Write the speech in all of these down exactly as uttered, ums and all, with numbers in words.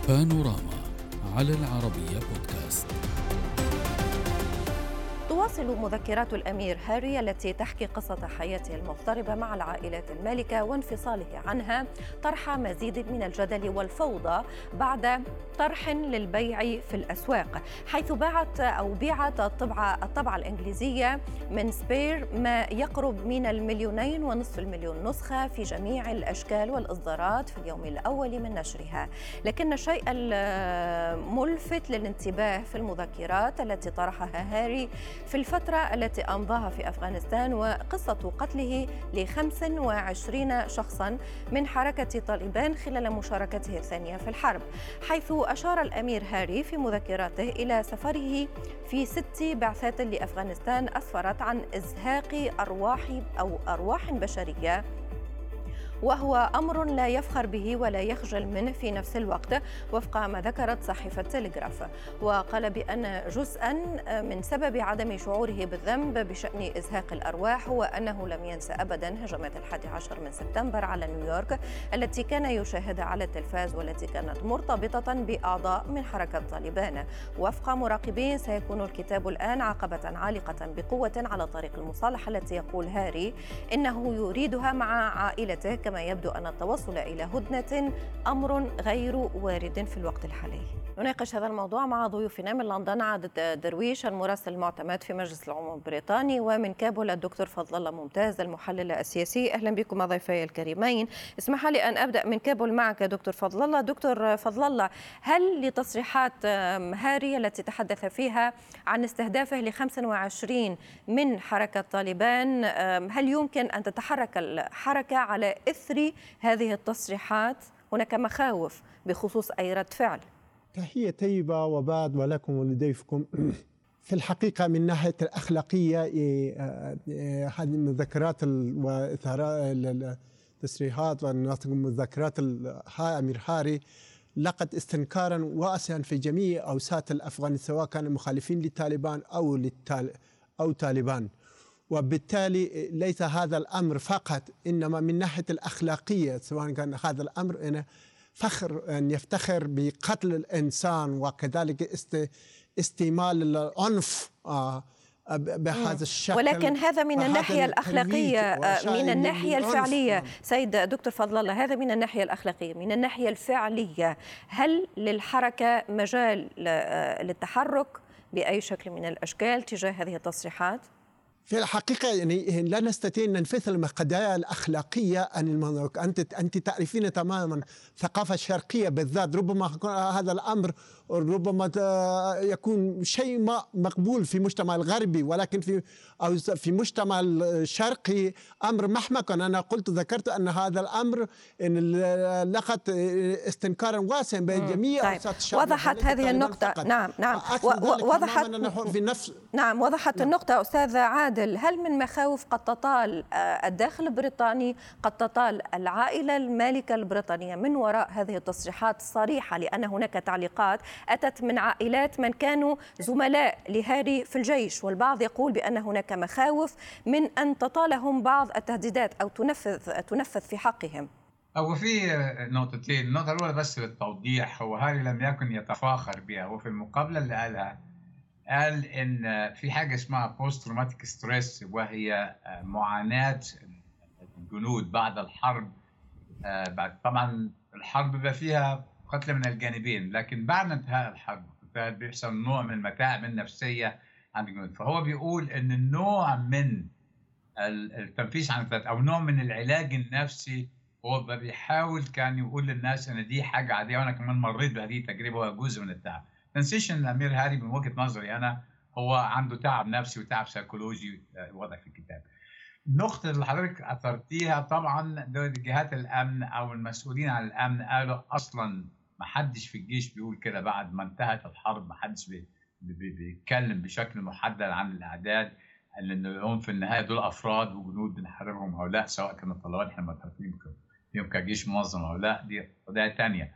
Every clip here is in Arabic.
بانوراما على العربية بودكاست. تواصل مذكرات الأمير هاري التي تحكي قصة حياته المضطربة مع العائلات المالكة وانفصاله عنها طرح مزيد من الجدل والفوضى بعد طرح للبيع في الأسواق، حيث باعت أو بيعت الطبعة الطبعة الإنجليزية من سبير ما يقرب من المليونين ونصف المليون نسخة في جميع الأشكال والإصدارات في اليوم الأول من نشرها. لكن الشيء الملفت للانتباه في المذكرات التي طرحها هاري في الفترة التي أمضاها في أفغانستان وقصة قتله لخمس وعشرين شخصاً من حركة طالبان خلال مشاركته الثانية في الحرب، حيث أشار الأمير هاري في مذكراته إلى سفره في ست بعثات لأفغانستان أسفرت عن إزهاق أرواح أو أرواح بشرية، وهو أمر لا يفخر به ولا يخجل منه في نفس الوقت، وفق ما ذكرت صحيفة تلغراف. وقال بأن جزءاً من سبب عدم شعوره بالذنب بشأن إزهاق الأرواح هو أنه لم ينسى أبداً هجمات الحادي عشر من سبتمبر على نيويورك التي كان يشاهدها على التلفاز والتي كانت مرتبطة بأعضاء من حركة طالبان. وفق مراقبين سيكون الكتاب الآن عقبة عالقة بقوة على طريق المصالحة التي يقول هاري إنه يريدها مع عائلته، كما يبدو أن التوصل إلى هدنة أمر غير وارد في الوقت الحالي. نناقش هذا الموضوع مع ضيوفنا من لندن عادة درويش المراسل المعتمد في مجلس العموم البريطاني، ومن كابول الدكتور فضل الله ممتاز المحلل السياسي. أهلا بكم ضيفي الكريمين. اسمح لي أن أبدأ من كابول معك دكتور فضل الله. دكتور فضل الله، هل لتصريحات هاري التي تحدث فيها عن استهدافه ل خمسة وعشرين من حركة طالبان، هل يمكن أن تتحرك الحركة على إثر هذه التصريحات؟ هناك مخاوف بخصوص أي رد فعل. تحية طيبة وبعد ولكم ولضيفكم. في الحقيقة من ناحية الأخلاقية هذه المذكرات والتصريحات والمذكرات الأمير هاري لقد استنكارا واسعا في جميع أوساط الأفغان، سواء كانوا مخالفين للطالبان أو للتال أو طالبان. وبالتالي ليس هذا الأمر فقط، إنما من ناحية الأخلاقية سواء كان هذا الأمر إنه فخر أن يفتخر بقتل الإنسان وكذلك است استعمال العنف بهذا الشكل. ولكن هذا من الناحية الأخلاقية، من الناحية الفعلية سيد دكتور فضل الله، هذا من الناحية الأخلاقية. من الناحية الفعلية، هل للحركة مجال للتحرك بأي شكل من الأشكال تجاه هذه التصريحات؟ في الحقيقة يعني لا نستطيع أن ننفصل من القضايا الأخلاقية عن الموضوع. أنت أنت تعرفين تماما الثقافة الشرقية بالذات، ربما هذا الأمر ربما يكون شيء ما مقبول في المجتمع الغربي، ولكن في أو في المجتمع الشرقي أمر محمق. أنا قلت ذكرت أن هذا الأمر إن لقد استنكارا واسعا بين جميع طيب. وضحت هذه النقطة. نعم نعم وضحت في نفس نعم وضحت نعم. النقطة أستاذ عادل. هل من مخاوف قد تطال الداخل البريطاني، قد تطال العائلة المالكة البريطانية من وراء هذه التصريحات الصريحة؟ لأن هناك تعليقات أتت من عائلات من كانوا زملاء لهاري في الجيش، والبعض يقول بأن هناك مخاوف من أن تطالهم بعض التهديدات أو تنفذ تنفذ في حقهم. هو في نقطتين. النقطة الأولى بس للتوضيح، هو هاري لم يكن يتفاخر بها. هو في المقابلة اللي قالها قال إن في حاجة اسمها بوست تروماتيك ستريس، وهي معاناة الجنود بعد الحرب. بعد طبعا الحرب بيبقى فيها قتل من الجانبين، لكن بعد انتهاء الحرب بيحصل نوع من المتاعب النفسية عند الجنود. فهو بيقول إن النوع من التنفيس عن الذات أو نوع من العلاج النفسي، هو بيحاول كان يقول للناس إن دي حاجة عادية، وأنا كمان مريت بهذه التجربة وجزء من التعب. تنسيش ان الامير هاري من وجهه نظري انا هو عنده تعب نفسي وتعب سيكولوجي واضح في الكتاب. النقطه اللي حضرتك اثرتيها طبعا جهات الامن او المسؤولين عن الامن قالوا اصلا ما حدش في الجيش بيقول كده بعد ما انتهت الحرب، ما حدش بيتكلم بشكل محدد عن الاعداد، لانهم في النهايه دول افراد وجنود بنحاربهم او لا، سواء كانوا طلبات احنا معترفين فيهم كجيش منظم او لا، دي قضيه ثانيه.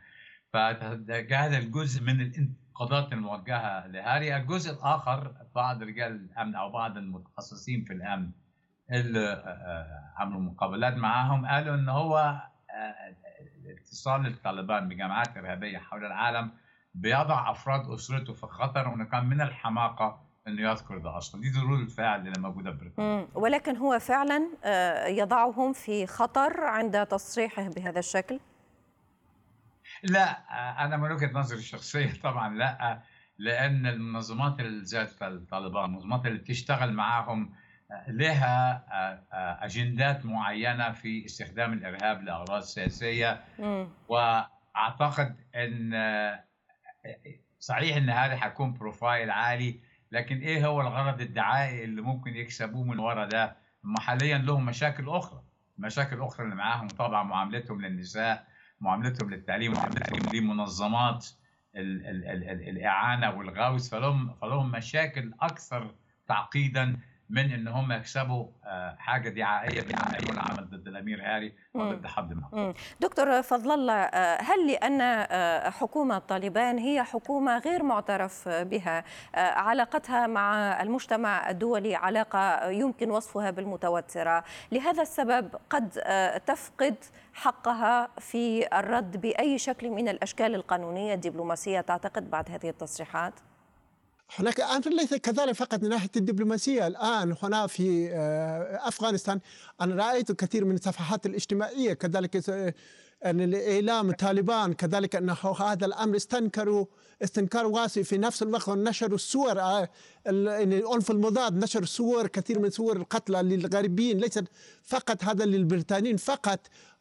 فهذا الجزء من الانتقادات الموجهه لهاري. الجزء الاخر بعض رجال الامن او بعض المتخصصين في الامن اللي عملوا مقابلات معاهم قالوا ان هو اتصال الطالبان بجماعات إرهابية حول العالم بيضع أفراد أسرته في خطر، وإنه كان من الحماقة إنه يذكر ده أصلا. دي ردود الفعل اللي موجودة ببريطانيا. ولكن هو فعلا يضعهم في خطر عند تصريحه بهذا الشكل؟ لا، أنا من وجهة نظري الشخصية طبعا لا، لأن المنظمات اللي ذات الطالبان، المنظمات اللي بتشتغل معهم لها أجندات معينة في استخدام الإرهاب لأغراض سياسية. م. وأعتقد أن صحيح أن هذا حيكون بروفايل عالي، لكن إيه هو الغرض الدعائي اللي ممكن يكسبوه من وراء ده؟ هم حاليا لهم مشاكل أخرى، مشاكل أخرى اللي معاهم طبعا معاملتهم للنساء، معاملتهم للتعليم، معاملتهم لمنظمات ال ال ال ال الإعانة والغوث، فلهم فلهم مشاكل أكثر تعقيدا من ان هم يكسبوا حاجه دعائيه بانهم يكون عمل ضد الامير هاري وضد حد ما. دكتور فضل الله، هل لان حكومه طالبان هي حكومه غير معترف بها، علاقتها مع المجتمع الدولي علاقه يمكن وصفها بالمتوتره، لهذا السبب قد تفقد حقها في الرد باي شكل من الاشكال القانونيه الدبلوماسيه، تعتقد بعد هذه التصريحات؟ هناك أمر ليس كذلك فقط من ناحية الدبلوماسية. الآن هنا في أفغانستان أنا رأيت كثير من الصفحات الاجتماعية كذلك أن الإعلام طالبان كذلك أن هذا الأمر استنكروا استنكار واسع. في نفس الوقت نشروا الصور، العنف المضاد، نشر صور كثير من صور القتلى للغربيين، ليست فقط هذا للبريطانيين فقط،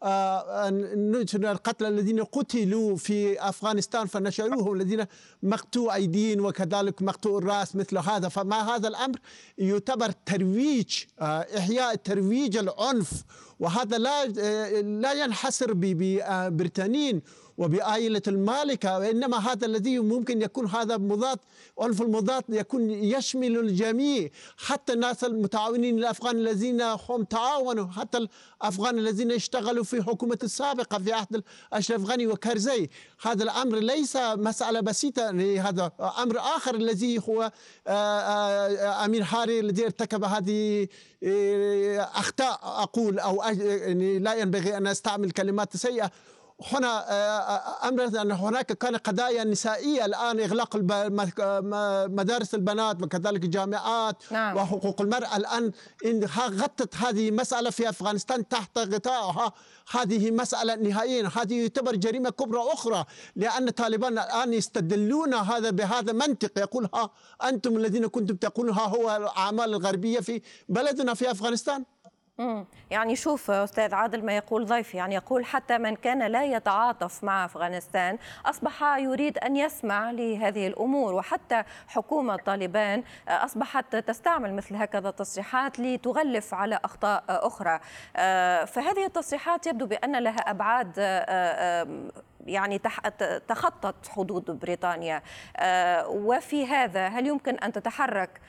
القتلى الذين قتلوا في أفغانستان فنشروهم، الذين مقطوع أيدين وكذلك مقطوع الرأس مثل هذا. فما هذا الأمر يعتبر ترويج، إحياء ترويج العنف، وهذا لا لا ينحصر ببريطانيين وبعائلة المالكة، وإنما هذا الذي ممكن يكون هذا مضاد، عنف المضاد يكون يشمل الجميع، حتى الناس المتعاونين الأفغان الذين هم تعاونوا، حتى الأفغان الذين اشتغلوا في حكومة السابقة في عهد أشرف غني وكرزي. هذا الأمر ليس مسألة بسيطة، هذا أمر آخر الذي هو أمير هاري الذي ارتكب هذه أخطاء أقول، أو لا ينبغي أن أستعمل كلمات سيئة هنا. أمر أن هناك كان قضايا نسائية، الآن إغلاق مدارس البنات وكذلك الجامعات. نعم. وحقوق المرأة الآن غطت هذه مسألة في أفغانستان تحت غطائها، هذه مسألة نهائيا، هذه تعتبر جريمة كبرى أخرى، لأن طالبان الآن يستدلون هذا بهذا منطق، يقول ها أنتم الذين كنتم تقولون ها هو الأعمال الغربية في بلدنا في أفغانستان. امم يعني شوف أستاذ عادل ما يقول ضيفي، يعني يقول حتى من كان لا يتعاطف مع أفغانستان أصبح يريد أن يسمع لهذه الأمور، وحتى حكومة طالبان أصبحت تستعمل مثل هكذا تصريحات لتغلف على أخطاء أخرى. فهذه التصريحات يبدو بأن لها أبعاد يعني تخطت حدود بريطانيا، وفي هذا هل يمكن أن تتحرك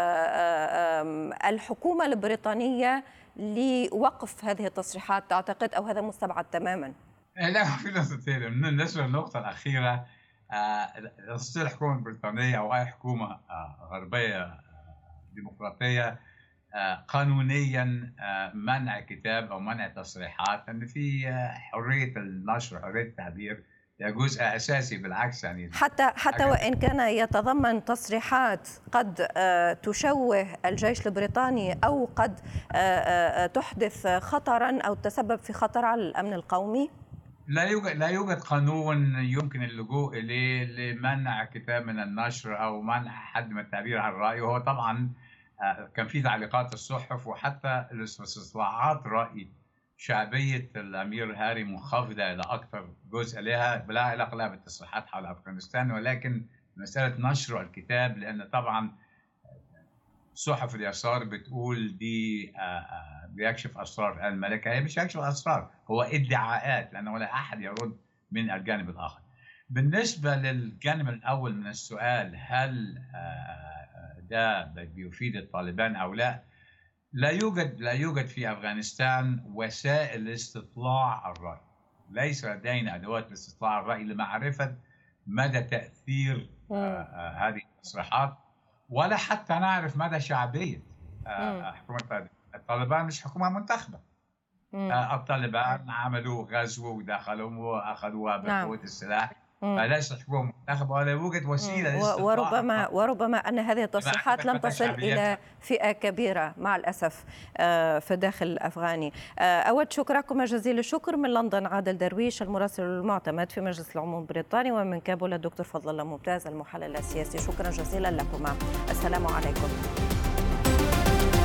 الحكومة البريطانية لوقف هذه التصريحات تعتقد، أو هذا مستبعد تماما؟ لا، في نقطتين. بالنسبة للنقطة الأخيرة، تستطيع الحكومة البريطانية أو أي حكومة غربية ديمقراطية قانونيا منع كتاب أو منع تصريحات، أن في حرية النشر، حرية التعبير جزء أساسي. بالعكس يعني حتى حتى وإن كان يتضمن تصريحات قد تشوه الجيش البريطاني أو قد تحدث خطرا أو تسبب في خطر على الأمن القومي. لا يوجد لا يوجد قانون يمكن اللجوء إليه لمنع كتاب من النشر أو منع حد من التعبير عن رأيه. وهو طبعا كان في تعليقات الصحف وحتى الاستطلاعات رأي شعبية الأمير هاري منخفضة إلى أكثر جزء لها، بلا علاقة لها بالتصريحات حول أفغانستان، ولكن مسألة نشر الكتاب، لأن طبعا صحف اليسار بتقول دي بيكشف أسرار الملكة. هي مش يكشف أسرار، هو ادعاءات، لأنه لا أحد يرد من الجانب الآخر. بالنسبة للجانب الأول من السؤال، هل ده بيفيد الطالبان أو لا؟ لا يوجد لا يوجد في أفغانستان وسائل لاستطلاع الرأي. ليس لدينا أدوات لاستطلاع الرأي لمعرفة مدى تأثير آه هذه التصريحات، ولا حتى نعرف مدى شعبية آه حكومة الطالبان. مش حكومة منتخبة، الطالبان عملوا غزو ودخلوا واخذوها بقوه نعم. السلاح، فليس حكومه منتخبه ولا يوجد وسيله للاستطلاع. وربما وربما ان هذه التصريحات لم تصل الى فئه كبيره مع الاسف في الداخل الافغاني. اود شكركم جزيل الشكر من لندن عادل درويش المراسل المعتمد في مجلس العموم البريطاني، ومن كابول الدكتور فضل الله ممتاز المحلل السياسي. شكرا جزيلا لكما. السلام عليكم.